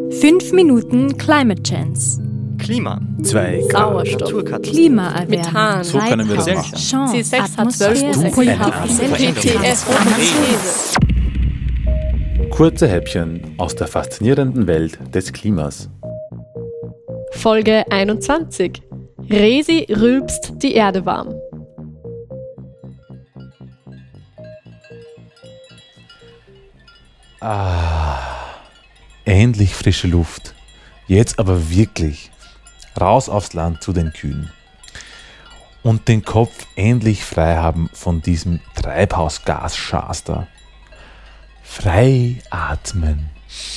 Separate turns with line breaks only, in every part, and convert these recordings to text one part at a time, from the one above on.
5 Minuten Climate Chance.
Klima.
2 Grad.
Sauerstoff.
Naturkatastrophe.
Klimaerwärmung.
Methan.
So können wir das
Treibhaus,
machen.
Chance,
C6 hat 12
Atmosphäre,
Kurze Häppchen aus der faszinierenden Welt des Klimas.
Folge 21. Resi rülpst die Erde warm.
Endlich frische Luft. Jetzt aber wirklich. Raus aufs Land zu den Kühen. Und den Kopf endlich frei haben von diesem Treibhausgasschaster. Frei atmen.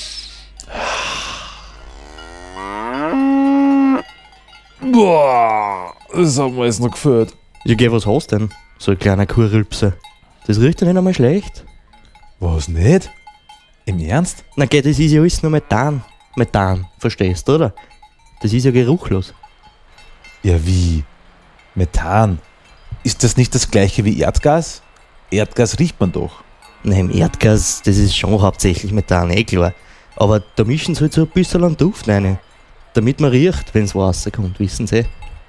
Boah, das hat mir jetzt noch gefällt.
Ja, geh, was hast du denn? So ein kleiner Kuhrrülpse. Das riecht ja nicht einmal schlecht.
Was nicht? Im Ernst?
Na geh, das ist ja alles nur Methan. Methan, verstehst du, oder? Das ist ja geruchlos.
Ja, wie? Methan? Ist das nicht das gleiche wie Erdgas? Erdgas riecht man doch.
Nein, im Erdgas, das ist schon hauptsächlich Methan, klar. Aber da mischen sie halt so ein bisschen an Duft rein. Damit man riecht, wenn es rauskommt, wissen Sie.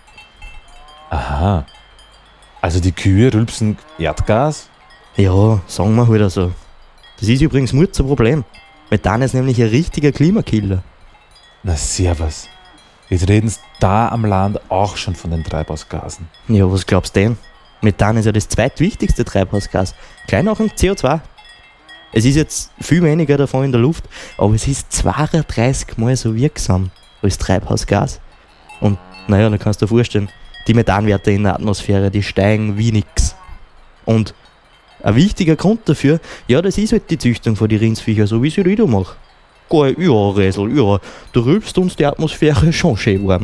Aha. Also die Kühe rülpsen Erdgas?
Ja, sagen wir halt so. Das ist übrigens ein Problem. Methan ist nämlich ein richtiger Klimakiller.
Na servus. Jetzt reden sie da am Land auch schon von den Treibhausgasen.
Ja, was glaubst du denn? Methan ist ja das zweitwichtigste Treibhausgas. Gleich nach dem CO2. Es ist jetzt viel weniger davon in der Luft, aber es ist 32 Mal so wirksam als Treibhausgas. Und naja, da kannst du dir vorstellen, die Methanwerte in der Atmosphäre, die steigen wie nix. Und ein wichtiger Grund dafür, ja, das ist halt die Züchtung von den Rindsviecher, so wie ich es mache. Geil, ja, Resel, ja, du rülpst uns die Atmosphäre schon schön warm.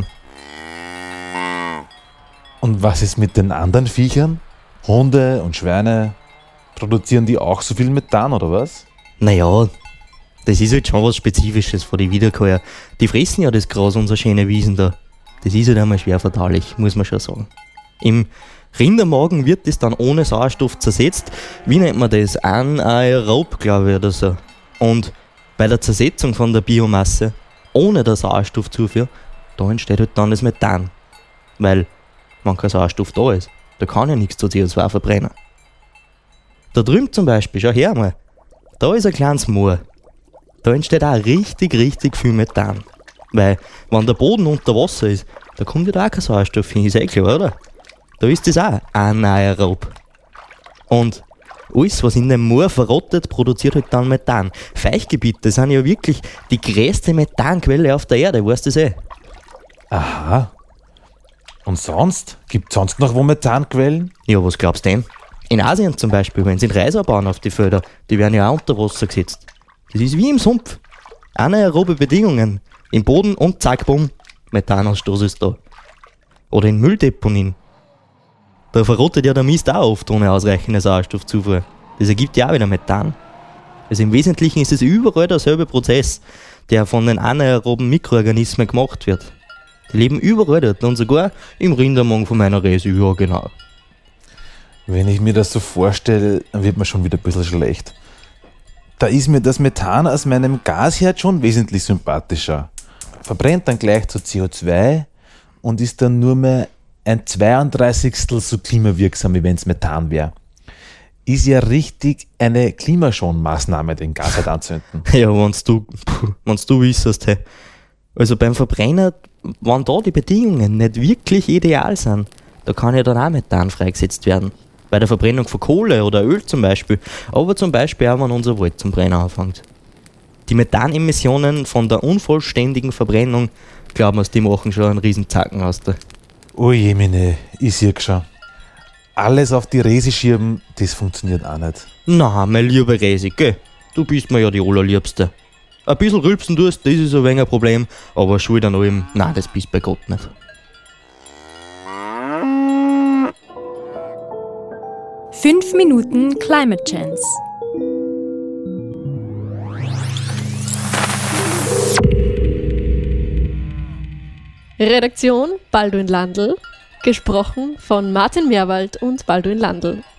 Und was ist mit den anderen Viechern? Hunde und Schweine? Produzieren die auch so viel Methan oder was?
Naja, das ist halt schon was Spezifisches von den Wiederkäuer. Die fressen ja das Gras unserer schönen Wiesen da. Das ist halt einmal schwer verdaulich, muss man schon sagen. Im Rindermagen wird das dann ohne Sauerstoff zersetzt. Wie nennt man das? Anaerob, glaube ich, oder so. Und bei der Zersetzung von der Biomasse, ohne der Sauerstoffzufuhr, da entsteht halt dann das Methan. Weil, wenn kein Sauerstoff da ist, da kann ja nichts zu CO2 verbrennen. Da drüben zum Beispiel, schau her mal, da ist ein kleines Moor. Da entsteht auch richtig viel Methan. Weil, wenn der Boden unter Wasser ist, da kommt ja da auch kein Sauerstoff hin, ist eh klar, oder? Da ist das auch anaerob. Und alles, was in dem Moor verrottet, produziert halt dann Methan. Feuchtgebiete sind ja wirklich die größte Methanquelle auf der Erde, weißt du das eh?
Aha. Und sonst? Gibt es sonst noch wo Methanquellen?
Ja, was glaubst du denn? In Asien zum Beispiel, wenn sie Reis anbauen auf die Felder, die werden ja auch unter Wasser gesetzt. Das ist wie im Sumpf. Anaerobe Bedingungen im Boden und zack, bumm, Methanausstoß ist da. Oder in Mülldeponien. Da verrottet ja der Mist auch oft ohne ausreichende Sauerstoffzufuhr. Das ergibt ja auch wieder Methan. Also im Wesentlichen ist es überall derselbe Prozess, der von den anaeroben Mikroorganismen gemacht wird. Die leben überall dort und sogar im Rindermagen von meiner Resi, ja genau.
Wenn ich mir das so vorstelle, dann wird mir schon wieder ein bisschen schlecht. Da ist mir das Methan aus meinem Gasherd schon wesentlich sympathischer. Verbrennt dann gleich zu CO2 und ist dann nur mehr ein 32. so klimawirksam, wie wenn es Methan wäre. Ist ja richtig eine Klimaschonmaßnahme, den Gasherd anzünden.
Ja, wenn's du wissest, hey. Also beim Verbrenner, wenn da die Bedingungen nicht wirklich ideal sind, da kann ja dann auch Methan freigesetzt werden. Bei der Verbrennung von Kohle oder Öl zum Beispiel, aber zum Beispiel auch, wenn unser Wald zum Brennen anfängt. Die Methanemissionen von der unvollständigen Verbrennung, glauben wir, die machen schon einen riesen Zacken aus da.
Oh je, meine, ich sehe schon. Alles auf die Resi schieben, das funktioniert auch nicht.
Na, mein lieber Resi, gell? Du bist mir ja die Allerliebste. Ein bisschen rülpsen tust, das ist ein wenig ein Problem, aber schuld an allem, nein, das bist bei Gott nicht.
5 Minuten Climate Chance.
Redaktion Balduin Landl, gesprochen von Martin Meerwald und Balduin Landl.